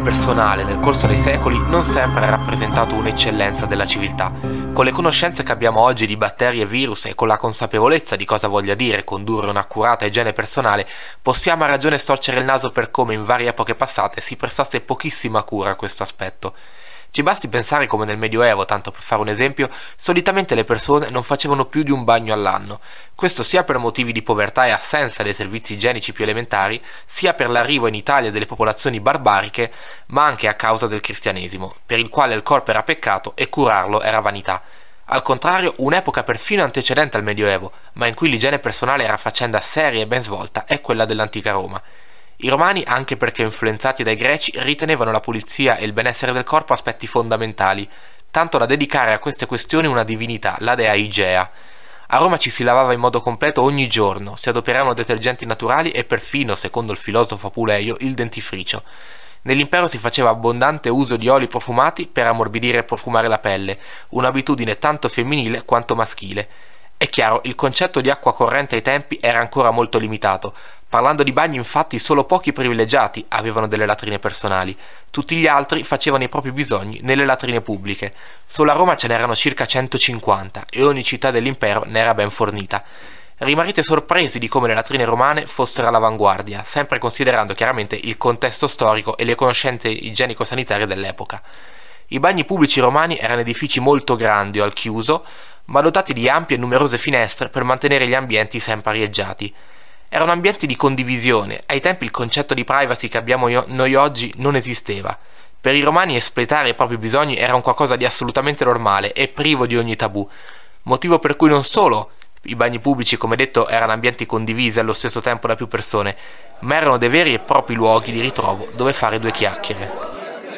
personale nel corso dei secoli non sempre ha rappresentato un'eccellenza della civiltà. Con le conoscenze che abbiamo oggi di batteri e virus e con la consapevolezza di cosa voglia dire condurre un'accurata igiene personale, possiamo a ragione storcere il naso per come in varie epoche passate si prestasse pochissima cura a questo aspetto. Ci basti pensare come nel Medioevo, tanto per fare un esempio, solitamente le persone non facevano più di un bagno all'anno. Questo sia per motivi di povertà e assenza dei servizi igienici più elementari, sia per l'arrivo in Italia delle popolazioni barbariche, ma anche a causa del cristianesimo, per il quale il corpo era peccato e curarlo era vanità. Al contrario, un'epoca perfino antecedente al Medioevo, ma in cui l'igiene personale era faccenda seria e ben svolta, è quella dell'antica Roma. I Romani, anche perché influenzati dai Greci, ritenevano la pulizia e il benessere del corpo aspetti fondamentali, tanto da dedicare a queste questioni una divinità, la dea Igea. A Roma ci si lavava in modo completo ogni giorno, si adoperavano detergenti naturali e perfino, secondo il filosofo Apuleio, il dentifricio. Nell'impero si faceva abbondante uso di oli profumati per ammorbidire e profumare la pelle, un'abitudine tanto femminile quanto maschile. È chiaro, il concetto di acqua corrente ai tempi era ancora molto limitato. Parlando di bagni, infatti, solo pochi privilegiati avevano delle latrine personali. Tutti gli altri facevano i propri bisogni nelle latrine pubbliche. Solo a Roma ce n'erano circa 150 e ogni città dell'impero ne era ben fornita. Rimarrete sorpresi di come le latrine romane fossero all'avanguardia, sempre considerando chiaramente il contesto storico e le conoscenze igienico-sanitarie dell'epoca. I bagni pubblici romani erano edifici molto grandi o al chiuso, ma dotati di ampie e numerose finestre per mantenere gli ambienti sempre arieggiati. Erano ambienti di condivisione. Ai tempi il concetto di privacy che abbiamo noi oggi non esisteva. Per i romani espletare i propri bisogni era un qualcosa di assolutamente normale e privo di ogni tabù, motivo per cui non solo i bagni pubblici, come detto, erano ambienti condivisi allo stesso tempo da più persone, ma erano dei veri e propri luoghi di ritrovo dove fare due chiacchiere.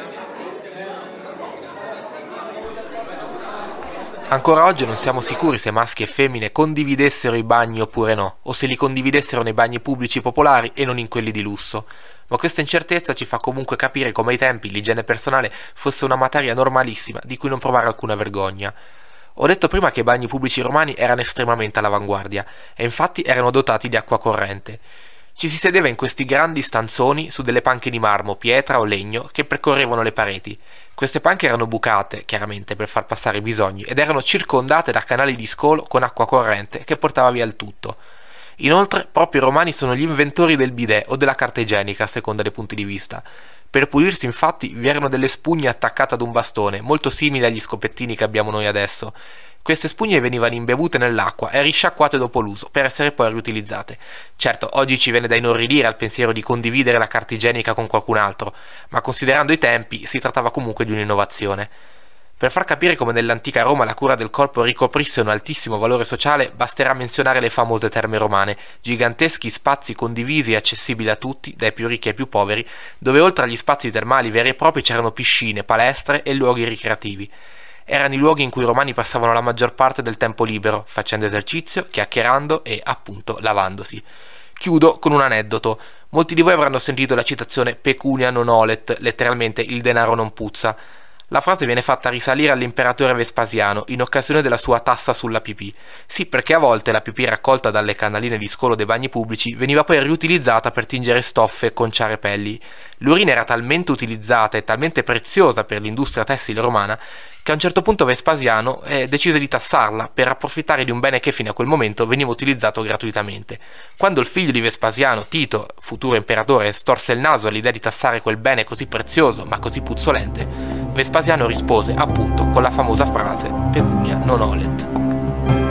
Ancora oggi non siamo sicuri se maschi e femmine condividessero i bagni oppure no, o se li condividessero nei bagni pubblici popolari e non in quelli di lusso. Ma questa incertezza ci fa comunque capire come ai tempi l'igiene personale fosse una materia normalissima di cui non provare alcuna vergogna. Ho detto prima che i bagni pubblici romani erano estremamente all'avanguardia, e infatti erano dotati di acqua corrente. Ci si sedeva in questi grandi stanzoni su delle panche di marmo, pietra o legno che percorrevano le pareti. Queste panche erano bucate, chiaramente, per far passare i bisogni, ed erano circondate da canali di scolo con acqua corrente che portava via il tutto. Inoltre, proprio i romani sono gli inventori del bidet o della carta igienica, a seconda dei punti di vista. Per pulirsi, infatti, vi erano delle spugne attaccate ad un bastone, molto simili agli scopettini che abbiamo noi adesso. Queste spugne venivano imbevute nell'acqua e risciacquate dopo l'uso, per essere poi riutilizzate. Certo, oggi ci viene da inorridire al pensiero di condividere la carta igienica con qualcun altro, ma considerando i tempi si trattava comunque di un'innovazione. Per far capire come nell'antica Roma la cura del corpo ricoprisse un altissimo valore sociale, basterà menzionare le famose terme romane, giganteschi spazi condivisi e accessibili a tutti, dai più ricchi ai più poveri, dove oltre agli spazi termali veri e propri c'erano piscine, palestre e luoghi ricreativi. Erano i luoghi in cui i romani passavano la maggior parte del tempo libero, facendo esercizio, chiacchierando e, appunto, lavandosi. Chiudo con un aneddoto. Molti di voi avranno sentito la citazione pecunia non olet, letteralmente il denaro non puzza. La frase viene fatta risalire all'imperatore Vespasiano in occasione della sua tassa sulla pipì. Sì, perché a volte la pipì raccolta dalle canaline di scolo dei bagni pubblici veniva poi riutilizzata per tingere stoffe e conciare pelli. L'urina era talmente utilizzata e talmente preziosa per l'industria tessile romana che a un certo punto Vespasiano decise di tassarla per approfittare di un bene che fino a quel momento veniva utilizzato gratuitamente. Quando il figlio di Vespasiano, Tito, futuro imperatore, storse il naso all'idea di tassare quel bene così prezioso ma così puzzolente, Vespasiano rispose appunto con la famosa frase pecunia non olet.